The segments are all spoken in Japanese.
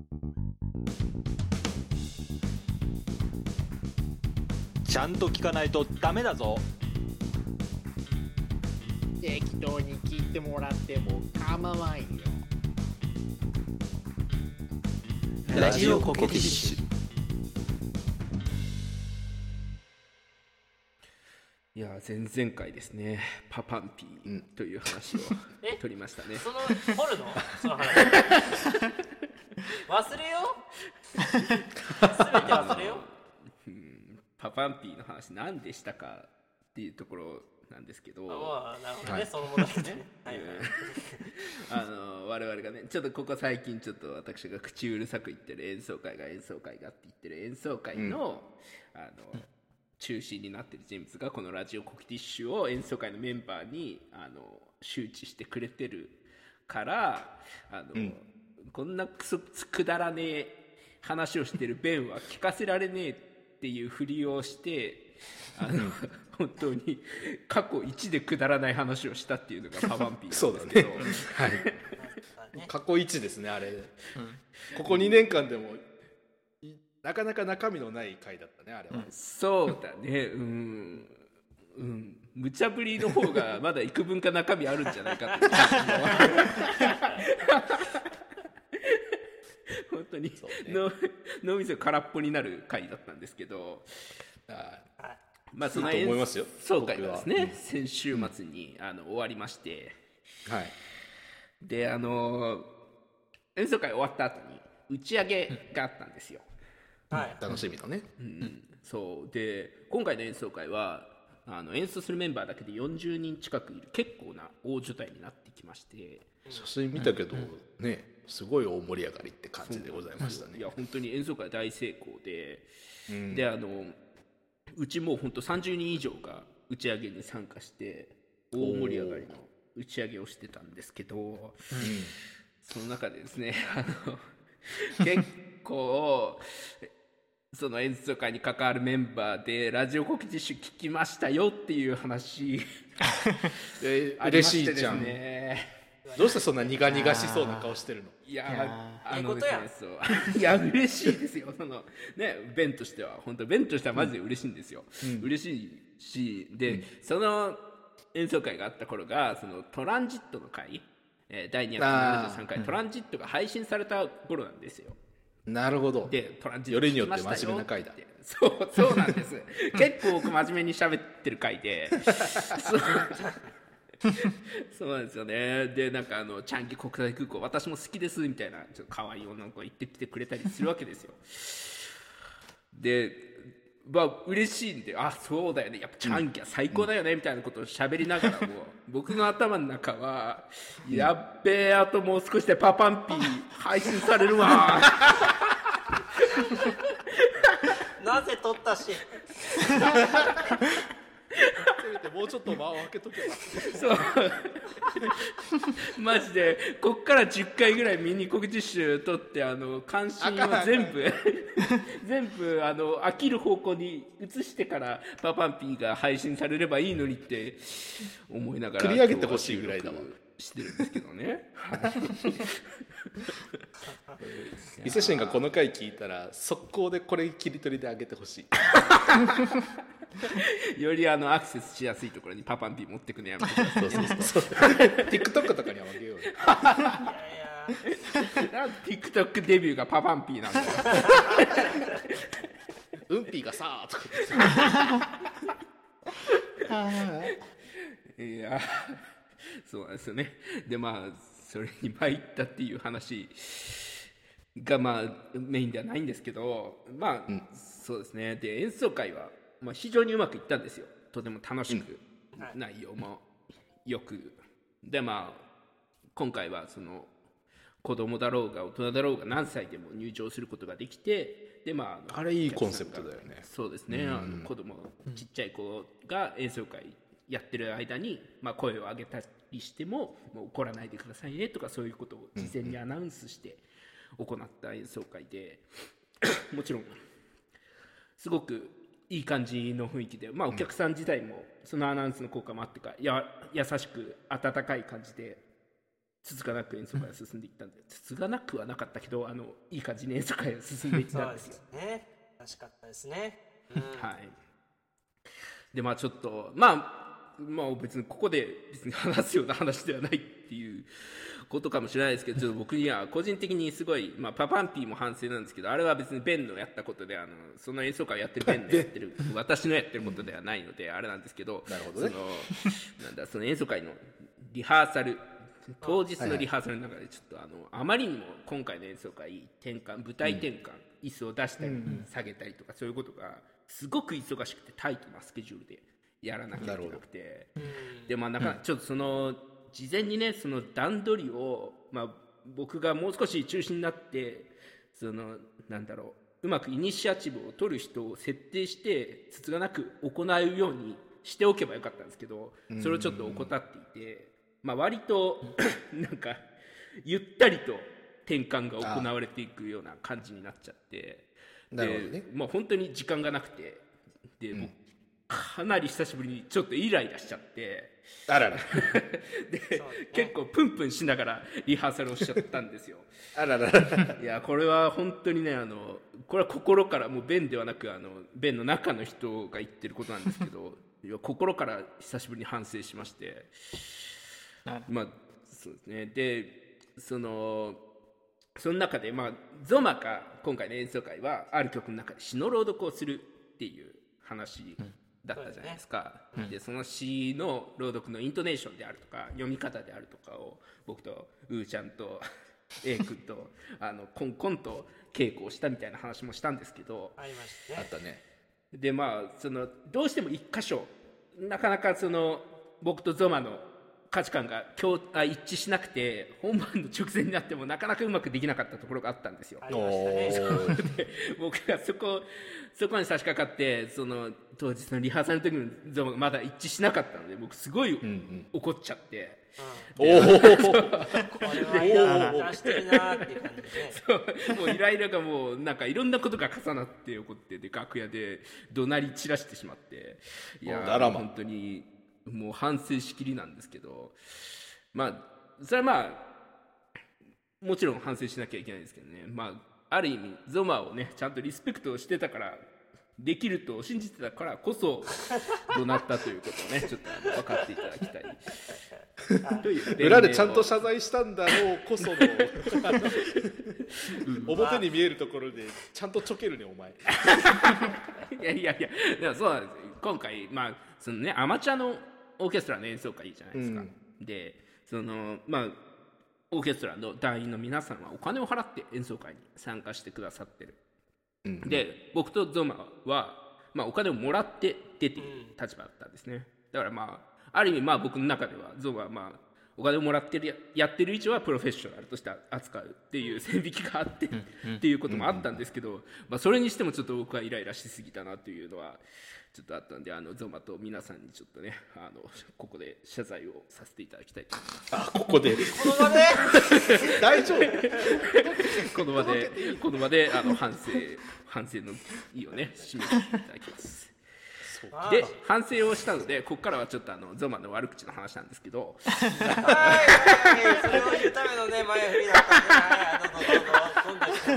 ちゃんと聞かないとダメだぞ。 適当に聞いてもらっても構わんよ。 ラジオコケティッシュ。 いや前々回ですね、パパンピーという話を取りましたね。 その掘るのその話忘れよう全て忘れようパパンピーの話何でしたかっていうところなんですけど、 あなるほどね、はい、そのものですねはい、 我々がねちょっとここ最近ちょっと私が口うるさく言ってる演奏会がって言ってる演奏会の、中心になっている人物がこのラジオコケティッシュを演奏会のメンバーに周知してくれてるからこんなくだらねえ話をしてるベンは聞かせられねえっていうふりをして本当に過去1でくだらない話をしたっていうのがパパンピーなんですけどはい過去1ですねあれ、ここ2年間でもなかなか中身のない回だったねあれは、 そうだね無茶ぶりの方がまだ幾分か中身あるんじゃないかって本当に、ね、脳みそ空っぽになる回だったんですけど、まあその演奏会がですね、先週末に終わりまして、はい、で演奏会終わった後に打ち上げがあったんですよ。 はい、楽しみだね、 そうで今回の演奏会は演奏するメンバーだけで40人近くいる結構な大所帯になってきまして、 写真見たけど、ねすごい大盛り上がりって感じでございましたね。 いや本当に演奏会大成功で、でうちもう本当30人以上が打ち上げに参加して大盛り上がりの打ち上げをしてたんですけど、その中でですね結構その演奏会に関わるメンバーでラジオコケティッシュ聞きましたよっていう話ありましてですね。 どうしてそんな苦々しそうな顔してるの？ いやですね、いや嬉しいですよ。そのねベンとしては本当ベンとしてはマジで嬉しいんですよ。嬉しいしで、その演奏会があった頃がそのトランジットの回、第273回トランジットが配信された頃なんですよ。 なるほど。 でトランジットよりによって真面目な回だ。 そうなんです結構僕真面目に喋ってる回でそうなんですよね。でなんかチャンギ国際空港私も好きですみたいなちょっと可愛い女の子が言ってきてくれたりするわけですよ。でまあ嬉しいんでそうだよねやっぱチャンギは最高だよねみたいなことを喋りながらも、僕の頭の中はやっべえあともう少しでパパンピー配信されるわなぜ撮ったしせめてもうちょっと間を空けとけばそうマジでこっから10回ぐらいミニコケティッシュ撮って関心を全部飽きる方向に移してからパパンピーが配信されればいいのにって思いながら繰り上げてほしいぐらいだわしてるんですけどね伊勢神がこの回聞いたら速攻でこれ切り取りで上げてほしいよりアクセスしやすいところにパパンピー持ってくのやめてください。 そうTikTok とかにはあげようよなんで TikTok デビューがパパンピーなんだようんぴーがさーとかいやそうなんですよね。でまあそれに参ったっていう話がまあメインではないんですけど、まあ、そうですね。で演奏会は、非常にうまくいったんですよ。とても楽しく、内容もよくで今回はその子供だろうが大人だろうが何歳でも入場することができて、であれいいコンセプトだよね。 そうですね。子供ちっちゃい子が演奏会やってる間に、声を上げたりしてもう怒らないでくださいねとかそういうことを事前にアナウンスして行った演奏会でもちろんすごくいい感じの雰囲気で、お客さん自体もそのアナウンスの効果もあってか優しく温かい感じでつつがなく演奏会が進んでいったんで、つつがなくはなかったけどいい感じに演奏会が進んでいったんですよ。 そうですね。楽しかったですね。 はい。でまあちょっとまあ別にここで別に話すような話ではないっていうことかもしれないですけど、ちょっと僕には個人的にすごい、パパンピーも反省なんですけど、あれは別にベンのやったことでその演奏会をやってるベンのやってる私のやってることではないのであれなんですけど、 なるほどね。 その演奏会のリハーサル、当日のリハーサルの中でちょっとあまりにも今回の演奏会舞台転換、椅子を出したり下げたりとかそういうことがすごく忙しくてタイトなスケジュールでやらなきゃいけなくて、でちょっとその事前にねその段取りを、僕がもう少し中心になってうまくイニシアチブを取る人を設定してつつがなく行うようにしておけばよかったんですけど、それをちょっと怠っていて、割となんかゆったりと転換が行われていくような感じになっちゃって、で本当に時間がなくて、でもうかなり久しぶりにちょっとイライラしちゃって、 あららで、結構プンプンしながらリハーサルをしちゃったんですよ。 あららいやこれは本当にねこれは心からもうベンではなくベンの中の人が言ってることなんですけど心から久しぶりに反省しまして、そうですね。でその中でゾマが今回の演奏会はある曲の中で詩の朗読をするっていう話だったじゃないですか。でその詩の朗読のイントネーションであるとか読み方であるとかを僕とうーちゃんと A 君とコンコンと稽古をしたみたいな話もしたんですけど、 ありましたね。 あったね。 でどうしても一箇所なかなか僕とゾマの価値観が一致しなくて本番の直前になってもなかなかうまくできなかったところがあったんですよ。 ありましたね。 で僕がそこに差し掛かって当日のリハーサルの時にゾマがまだ一致しなかったので僕すごい怒っちゃって、 これはイライラしてるなーっていう感じで、 もうイライラがもうなんかいろんなことが重なって起こって、で楽屋で怒鳴り散らしてしまって、いや本当にもう反省しきりなんですけど、それはもちろん反省しなきゃいけないんですけどね、ある意味ゾマをねちゃんとリスペクトしてたからできると信じてたからこそ怒鳴ったということをねちょっと分かっていただきたいという裏でちゃんと謝罪したんだろうこその表に見えるところでちゃんとちょけるねお前。 いやでもそうなんですよ。今回アマチュアのオーケストラの演奏会じゃないですか。でオーケストラの団員の皆さんはお金を払って演奏会に参加してくださってる。で僕とゾマは、お金をもらって出ている立場だったんですね。だからある意味僕の中ではゾマはお金をもらってやってる以上はプロフェッショナルとして扱うっていう線引きがあってっていうこともあったんですけど、それにしてもちょっと僕はイライラしすぎたなというのはちょっとあったんで、ゾマと皆さんにちょっとねここで謝罪をさせていただきたいと思います。 ここでこの場で大丈夫この場で反省の意をね示していただきます。で反省をしたのでここからはちょっとゾマの悪口の話なんですけどそれを言うためのね前振りだったんで、どんどんしてく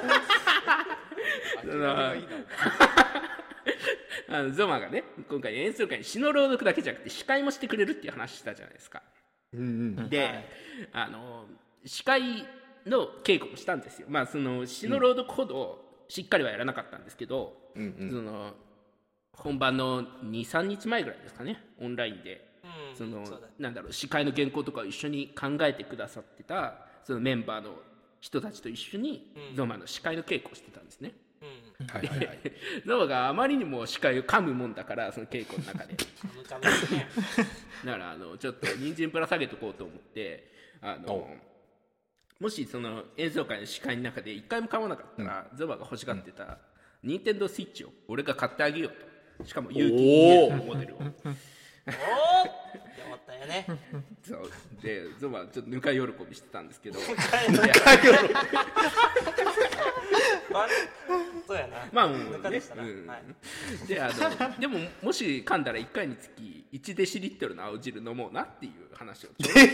ださい。 ゾマがね今回演奏会に詩の朗読だけじゃなくて司会もしてくれるっていう話したじゃないですか。で司会の稽古もしたんですよ。その詩の朗読ほどしっかりはやらなかったんですけど、本番の 2,3 日前ぐらいですかね、オンラインで司会の原稿とかを一緒に考えてくださってたそのメンバーの人たちと一緒にゾマの司会の稽古をしてたんですね。ゾマがあまりにも司会を噛むもんだからその稽古の中でだからちょっと人参ぶら下げとこうと思ってもしその演奏会の司会の中で一回も噛まなかったら、ゾマが欲しがってたニンテンドースイッチを俺が買ってあげようと。しかも有機 EL のモデルをって思ったよね。 そうでゾマちょっとぬか喜びしてたんですけどそうやな。 まあもうねぬかでしたな、はい、 ででももし噛んだら1回につき1デシリットルの青汁飲もうなっていう話を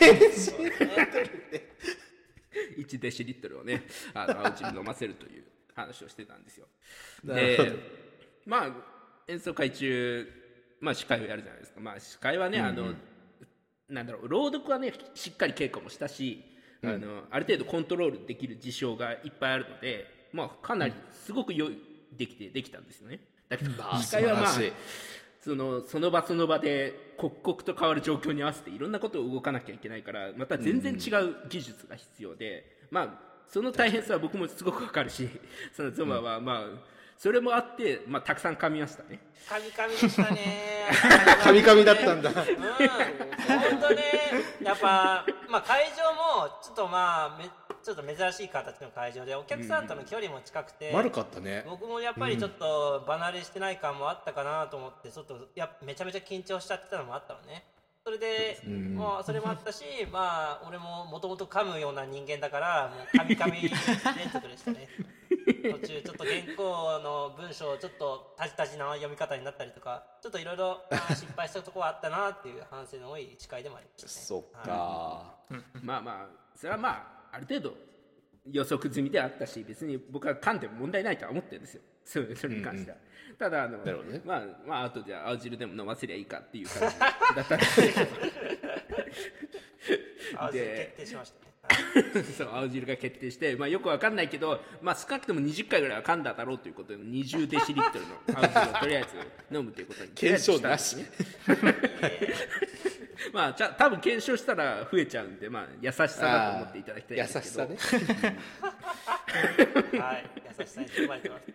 1デシリットルをね青汁飲ませるという話をしてたんですよ。でまあ演奏会中、まあ、司会をやるじゃないですか。まあ司会はね、なんだろう、朗読はねしっかり稽古もしたし、ある程度コントロールできる事象がいっぱいあるので、まあかなりすごくできたんですよね。だけど司会はまあその場その場で刻々と変わる状況に合わせていろんなことを動かなきゃいけないから、また全然違う技術が必要で、まあその大変さは僕もすごくわかるし、そのゾマはまあそれもあって、まあ、たくさん噛みましたね。 噛みでしたね。 噛みだったんだ。 本当ね、やっぱ、まあ、会場もちょっとちょっと珍しい形の会場でお客さんとの距離も近くて、 悪かったね。 僕もやっぱりちょっと離れしてない感もあったかなと思って、ちょっとめちゃめちゃ緊張しちゃってたのもあったのね。それで、まあ、それもあったし、まあ、俺ももともと噛むような人間だからもう噛み連続でしたね。途中ちょっと原稿の文章ちょっとタジタジな読み方になったりとか、ちょっといろいろ失敗したところはあったなっていう反省の多い司会でもありましたね。 そっか、 まあそれはまあある程度予測済みであったし、別に僕は噛んでも問題ないとは思ってるんですよ、それに関しては。ただね、まああとじゃあ青汁でも飲ませりゃいいかっていう感じだったんですけど青汁決定しましたね。 そう青汁が決定して、まあ、よくわかんないけど、まあ、少なくとも20回ぐらいは噛んだだろうということで20デシリットルの青汁をとりあえず飲むということに検証なしまあ多分検証したら増えちゃうんで、まあ、優しさだと思っていただきたいんですけど。 優しさねはい、優しさに包まれてます、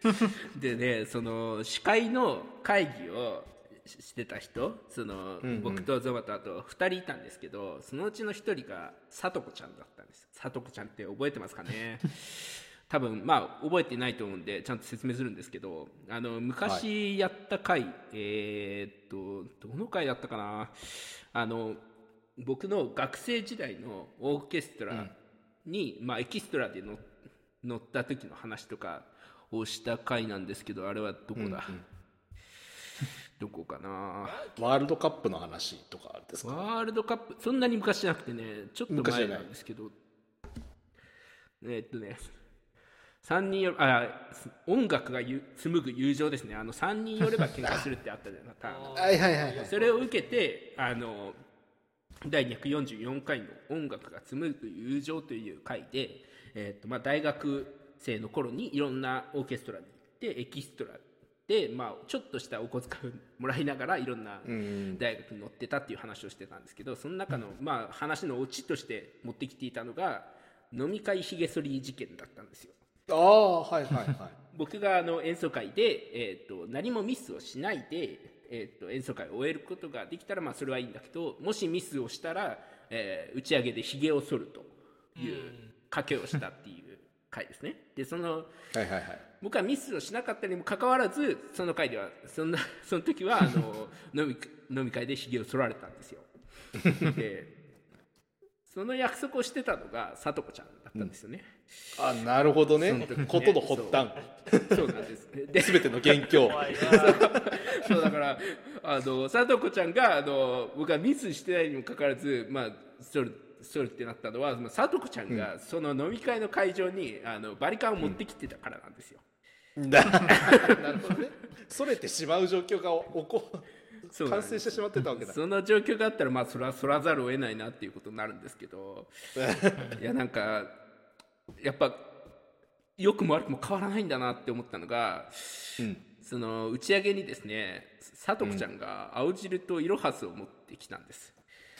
はい、 でね、その司会の会議をしてた人、僕とゾマとあと2人いたんですけど、そのうちの1人がさとこちゃんだったんです。さとこちゃんって覚えてますかね多分まあ覚えてないと思うんでちゃんと説明するんですけど、昔やった回、どの回だったかな、僕の学生時代のオーケストラに、まあ、エキストラで乗った時の話とかをした回なんですけど、あれはどこだ、どこかな。 ワールドカップの話とかですか。 ワールドカップそんなに昔じゃなくてね、ちょっと前なんですけど、3人よ音楽が紡ぐ友情ですね。3人寄れば喧嘩するってあったじゃないはい。 それを受けて第244回の音楽が紡ぐ友情という回で、まあ、大学生の頃にいろんなオーケストラに行ってエキストラで、まあ、ちょっとしたお小遣いをもらいながらいろんな大学に乗ってたっていう話をしてたんですけど、その中の、まあ、話のオチとして持ってきていたのが飲み会ひげ剃り事件だったんですよ。 はい僕が演奏会で、何もミスをしないで、演奏会を終えることができたら、まあ、それはいいんだけど、もしミスをしたら、打ち上げでひげを剃るという賭けをしたっていう回ですね。で僕はミスをしなかったにもかかわらず、その回ではその時は飲み会でひげを剃られたんですよ。でその約束をしてたのがさとこちゃんだったんですよね。 なるほどね。ことの発端。 そうなんです。で全ての元凶。 そうだからさとこちゃんが僕はミスしてないにもかかわらず、まあ剃るってなったのは、さとこちゃんがその飲み会の会場にバリカンを持ってきてたからなんですよ。 なるほどね。それてしまう状況が完成してしまってたわけだ。 その状況があったら、まあそれはそらざるを得ないなっていうことになるんですけどいやなんかやっぱ良くも悪くも変わらないんだなって思ったのが、その打ち上げにですね、さとこちゃんが青汁とイロハスを持ってきたんです。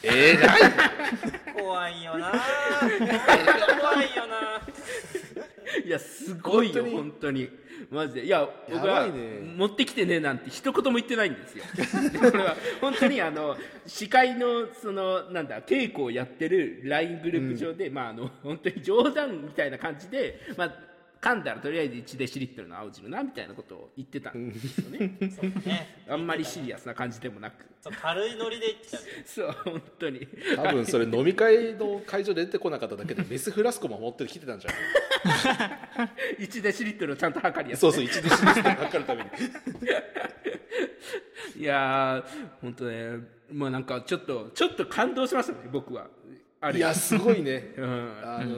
怖いよな怖いよいやすごいよ本当にマジで。いや僕は持ってきてねなんて一言も言ってないんですよこれは本当に司会の稽古をやってる LINE グループ上で、まあ本当に冗談みたいな感じで、まあ噛んだらとりあえず1デシリットルの青汁なみたいなことを言ってたんですよね。あんまりシリアスな感じでもなく、 軽いノリで言っちゃう。 そう本当に多分それ飲み会の会場で出てこなかっただけでメスフラスコも持ってきてたんじゃない 1デシリットルをちゃんと測るやつ、 そうそう1デシリットル測るためにいやー本当ね、まあなんかちょっと感動しましたね僕は。 いやすごいね、 うん、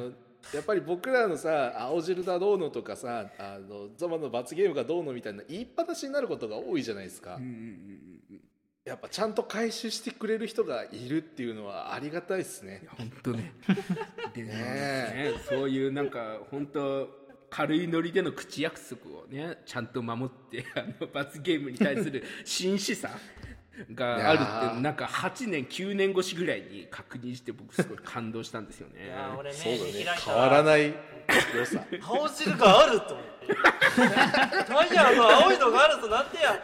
やっぱり僕らのさ青汁だどうのとかさゾマの罰ゲームがどうのみたいな言いっぱなしになることが多いじゃないですか、やっぱちゃんと回収してくれる人がいるっていうのはありがたいですね。 本当ねでねそういうなんか本当軽いノリでの口約束をねちゃんと守って罰ゲームに対する真摯さがあるってなんか8年9年越しぐらいに確認して僕すごい感動したんですよね。 いや俺そうだね目に開いた変わらない良さ青汁があると思ってタイヤの青いのがあるとなんてや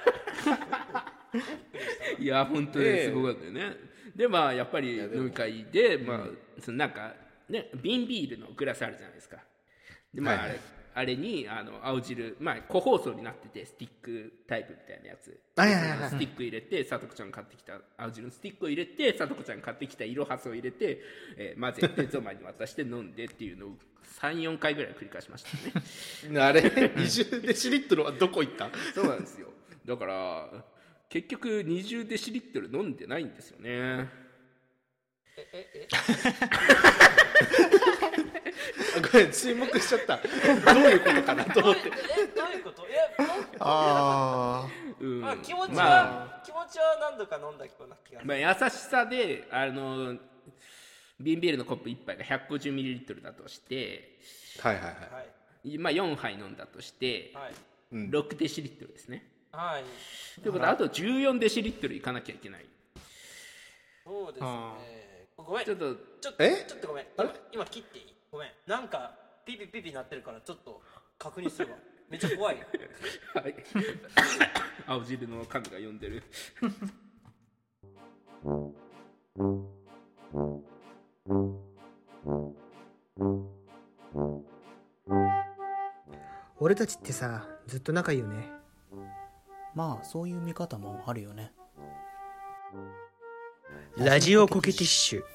いや本当にすごかったよね。でまあやっぱり飲み会でまあそのなんかね瓶ビールのグラスあるじゃないですか。でまあ、はいはい、あれに青汁、まあ個包装になっててスティックタイプみたいなやつ、スティック入れてさとこちゃんが買ってきた青汁のスティックを入れてさとこちゃんが買ってきたイロハスを入れて、混ぜてゾマに渡して飲んでっていうのを 3,4 回ぐらい繰り返しましたねあれ20デシリットルはどこ行った？ そうなんですよ。だから結局20デシリットル飲んでないんですよね。 ごめん沈黙しちゃった。どういうことかなと思って。 どういうこと？気持ちは何度か飲んだような気がする。 まあ優しさで瓶ビールのコップ1杯が 150ml だとして、 はいはいはい。 まあ4杯飲んだとして、 はい、 6デシリットルですね。 はい。 ということはあと14デシリットルいかなきゃいけない。 そうですね。ごめん。ちょっとごめん。今切っていい？ごめん。なんかピピピピなってるからちょっと確認するわ。めっちゃ怖い。 はい。青汁の神が呼んでる。 俺たちってさずっと仲いいよね。 まあそういう見方もあるよね。 ラジオコケティッシュ。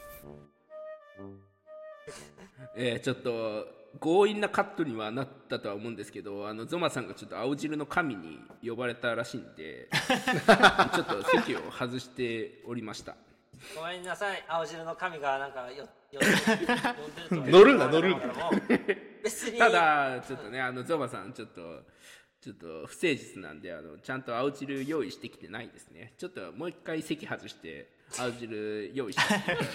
ちょっと強引なカットにはなったとは思うんですけど、ゾマさんがちょっと青汁の神に呼ばれたらしいんでちょっと席を外しておりました。 ごめんなさい。青汁の神がなんか呼んでると乗るな別にただちょっとねゾマさんちょっと不誠実なんでちゃんと青汁用意してきてないですね。ちょっともう一回席外して青汁用意して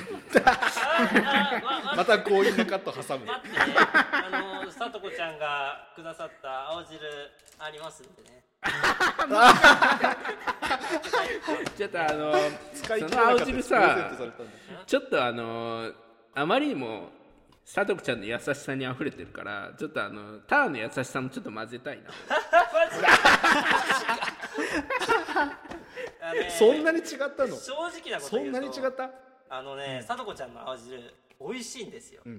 また強引なカット挟む。 待ってね、さとこちゃんがくださった青汁ありますんでねちょっとその青汁さちょっとあまりにもさとこちゃんの優しさにあふれてるからちょっとターの優しさもちょっと混ぜたいなそんなに違ったの？ 正直なことそ言うとんなに違った？ さとこちゃんの青汁美味しいんですよ、正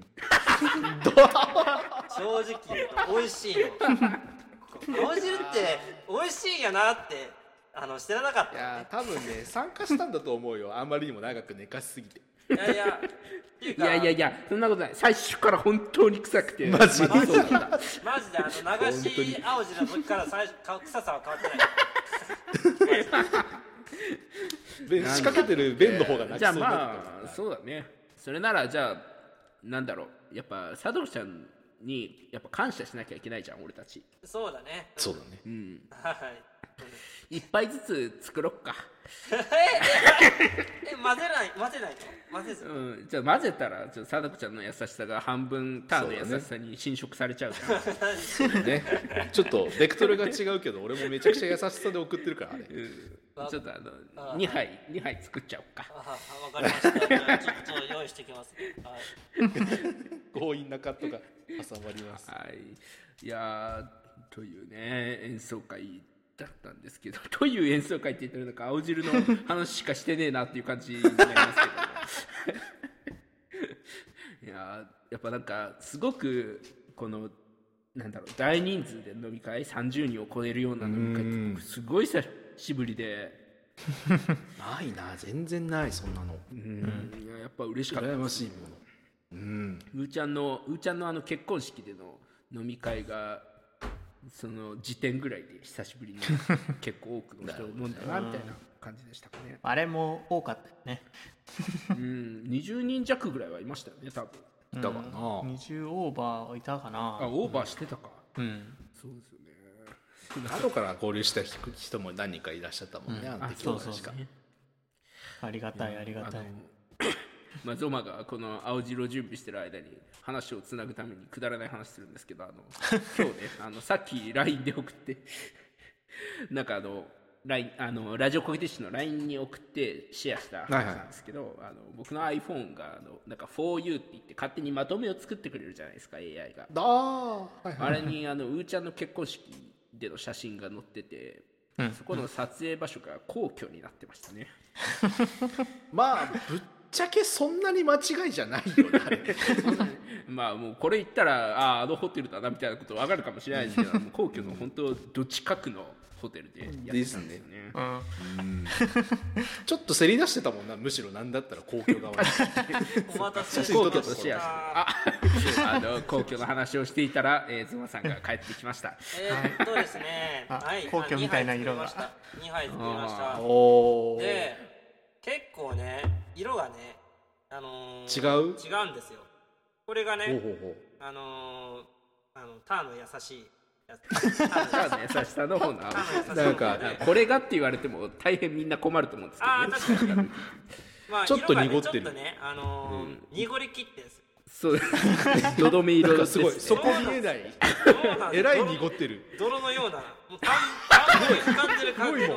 直言うと美味しいの青汁って美味しいんやなって知らなかった、 いや多分ね参加したんだと思うよ。あんまりにも長く寝かしすぎて。 いやそんなことない。最初から本当に臭くてマジで流し青汁の時から臭さは変わってない仕掛けてる弁の方が泣きそうになってた。 じゃあまあそうだね。それならじゃあなんだろう、やっぱ佐藤ちゃんにやっぱ感謝しなきゃいけないじゃん俺たち。 そうだね。 そうだね。 はい一杯ずつ作ろっか。 混ぜないの？混ぜず。 じゃあ混ぜたら佐藤ちゃんの優しさが半分ターの優しさに侵食されちゃうからね。ちょっとベクトルが違うけど俺もめちゃくちゃ優しさで送ってるからあれ。 ちょっと2杯作っちゃおうか。 わかりました。じゃあちょっと用意してきますね。はい。 強引なカットが挟まります。 はい。いやというね演奏会だったんですけど、という演奏会って言ってるのか青汁の話しかしてねえなっていう感じになりますけどいややっぱなんかすごくこのなんだろう大人数で飲み会30人を超えるような飲み会ってすごい久しぶりでないな、全然ないそんなの。 いややっぱ嬉しかった。 羨ましいもの。 うーちゃんの結婚式での飲み会がその時点ぐらいで久しぶりに結構多くの人を飲んだなみたいな感じでしたかね。 あれも多かったよね。 20人弱ぐらいはいましたよね多分。 いたかな、 20オーバーいたかな。 オーバーしてたか。 うん、 そうですよね。 後から合流した人も何人かいらっしゃったもんね、あの時は確か。 ありがたいありがたい。 ゾマがこの青汁を準備してる間に話をつなぐためにくだらない話するんですけど、今日ねさっき LINE で送ってなんかLINE ラジオコケティッシュの LINE に送ってシェアした話なんですけど、僕の iPhone がなんか 4U って言って勝手にまとめを作ってくれるじゃないですか AI が。あれにうーちゃんの結婚式での写真が載ってて、そこの撮影場所が皇居になってましたね。 まあぶっちゃけそんなに間違いじゃないよねあれまあもうこれ言ったらあのホテルだなみたいなこと分かるかもしれないですけど皇居の本当ど近くのホテルでやってたんですよね。 ちょっとせり出してたもんな、むしろなんだったら皇居側にお待たせし皇居ましとシェアして皇居の話をしていたらズマさんが帰ってきました。 ですね、 皇居みたいな色が 2杯作りました。 おで結構ね色がね違うんですよ。これがねターの優しいやつターの優しさの方のなんかこれがって言われても大変みんな困ると思うんですけどね。 確かにまあちょっと濁ってる、 ちょっとね濁りきってるんですよ。 そうどどめ色ですね。 すごいそこ見えないえらい濁ってる泥のようなもう田んぼに浮かんでる感じの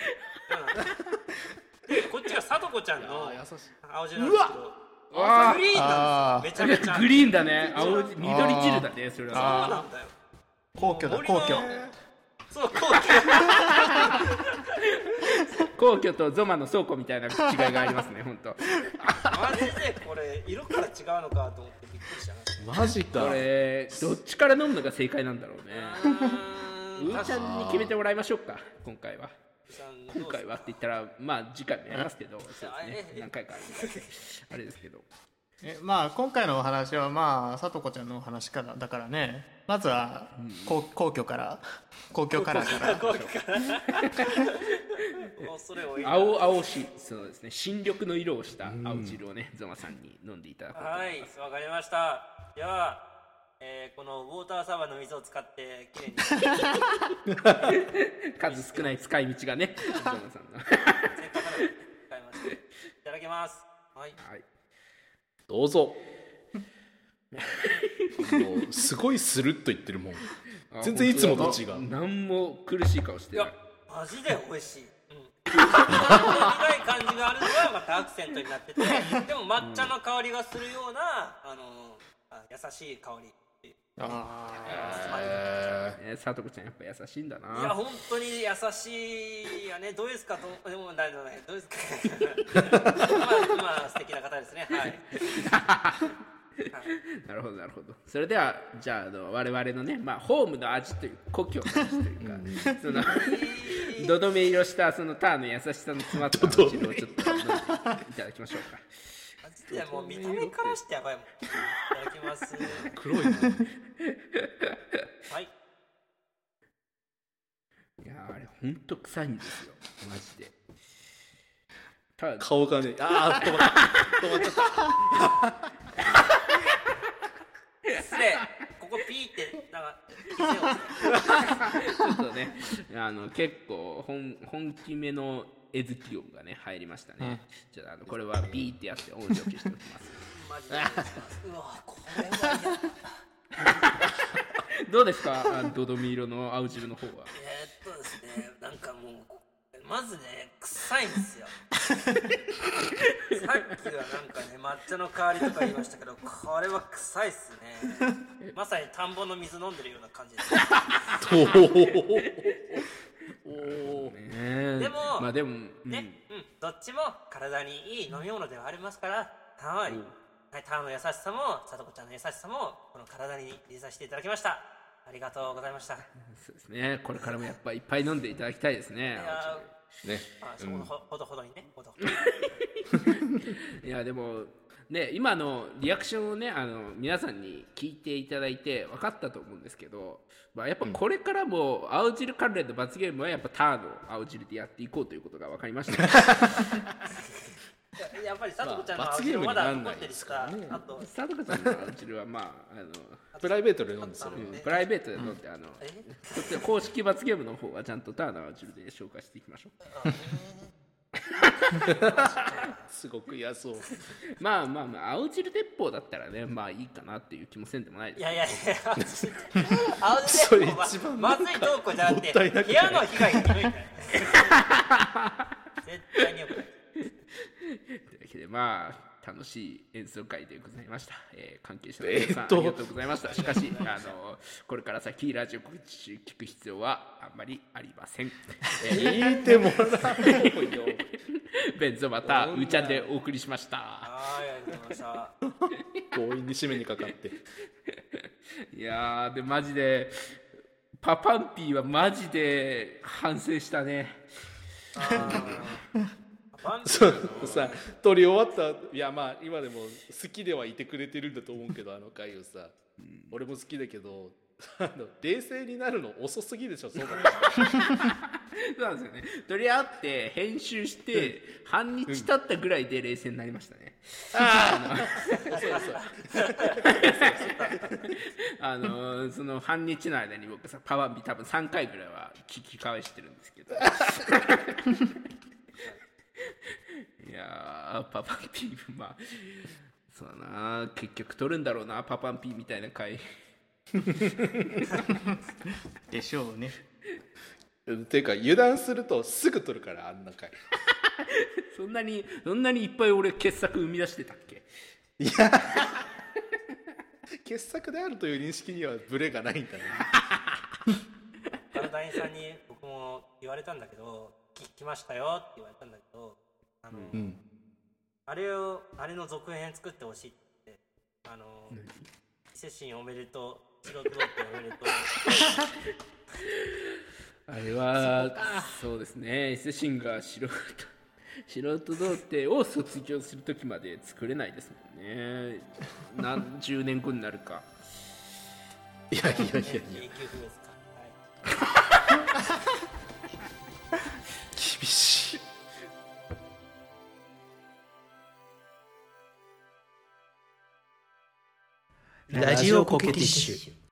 でこっちがさとこちゃんの青汁なんですけどグリーンなんですよ。めちゃめちゃグリーンだね。緑汁だね。それはそうなんだよ。 皇居だ皇居。 そう皇居とゾマの倉庫みたいな違いがありますね本当。 マジでこれ色から違うのかと思ってびっくりしたな。 マジか。 これどっちから飲むのが正解なんだろうね。うーちゃんに決めてもらいましょうか今回は。今回はって言ったらまあ次回もやりますけど、そうですね、何回かあれですけど、 まあ今回のお話はまあさとこちゃんのお話からだからね、まずは皇居から青しそうですね、新緑の色をした青汁をねゾマさんに飲んでいただこうと思います。 はい、わかりました。ではこのウォーターサーバーの水を使ってきれいに数少ない使い道がねゾマさんのせっかくなので使いましていただきます。はい、 はい、どうぞもうすごいスルッと言ってるもん。全然いつもと違う。 何も苦しい顔してない。 いやマジで美味しい。苦い感じがあるのがまたアクセントになってて、でも抹茶の香りがするような優しい香り。 さとこちゃんやっぱ優しいんだな。 いや本当に優しいやね。どうですかとでも大丈夫ね。どうですかまあ素敵な方ですね。はいなるほどなるほど。それではじゃあ我々のね、まあホームの味という故郷の味というか、そのどどめ色したそのターの優しさの詰まった味をちょっと飲んでいただきましょうか。 いやもう見た目からしてやばいもん。いただきます。 黒いね。 はい。 いやあれほんと臭いんですよマジで。 顔がね、止まっちゃった。 失礼。ここピーってなんかちょっとね結構本気めの絵好き音がね入りましたね。じゃあこれはビーってやって音量消しておきます。 マジでうわこれはどうですかどどみ色の青汁の方は。 ですね、なんかもうまずね臭いんですよ。さっきはなんかね抹茶の香りとか言いましたけど、これは臭いっすね。まさに田んぼの水飲んでるような感じです。でもまあでもね、どっちも体にいい飲み物ではありますから、はい、ターの優しさもさとこちゃんの優しさもこの体に入れさせていただきました。ありがとうございました。 そうですね、これからもやっぱいっぱい飲んでいただきたいですね。 ね、ほどほどにね、ほどほどいやでもね、今のリアクションをね皆さんに聞いていただいて分かったと思うんですけど、まあ、やっぱこれからも青汁関連の罰ゲームはやっぱターの青汁でやっていこうということが分かりましたやっぱり佐藤ちゃんのまあ青汁まだ残ってるし罰ゲームになんないですからさ、 ねあと佐藤さんの青汁はまあプライベートで飲んでそれプライベートで飲んでそっちの公式罰ゲームの方はちゃんとターの青汁で紹介していきましょう。 すごく嫌そうまあ青汁鉄砲だったらねまあいいかなっていう気もせんでもないです。 いや青それ汁でも一番まずいどうこうじゃなくもったいなくないて部屋の被害がひどいんだよ絶対によくない。 というわけでまあ楽しい演奏会でございました、関係者の皆さん、ありがとうございました。しかしこれから先ラジオ告知聞く必要はあんまりありません。 聞いてもらおうよベンゾまたうーちゃんでお送りしました。 はい、ありがとうございました。 強引に締めにかかっていやーでマジでパパンピーはマジで反省したね。 そうさ撮り終わったいやまあ今でも好きではいてくれてるんだと思うけどあの回をさ、俺も好きだけど冷静になるの遅すぎでしょそうだそうなんですよね。撮り合って編集して半日経ったぐらいで冷静になりましたね。その半日の間に僕さパワービ多分3回ぐらいは聞き返してるんですけどいやパパンピーまあそうだな結局撮るんだろうなパパンピーみたいな回でしょうね。 っていうか油断するとすぐ撮るからあんな回そんなにいっぱい俺傑作生み出してたっけ。 いや傑作であるという認識にはブレがないんだねバルダインさんに僕も言われたんだけど聞きましたよって言われたんだけどあれの続編作ってほしいって伊勢神おめでとう素人童貞おめでとうあれはそうですね伊勢神が素人童貞を卒業する時まで作れないですもんね。何十年後になるか。 いや永久不滅か、 厳しい。 ラジオコケティッシュ。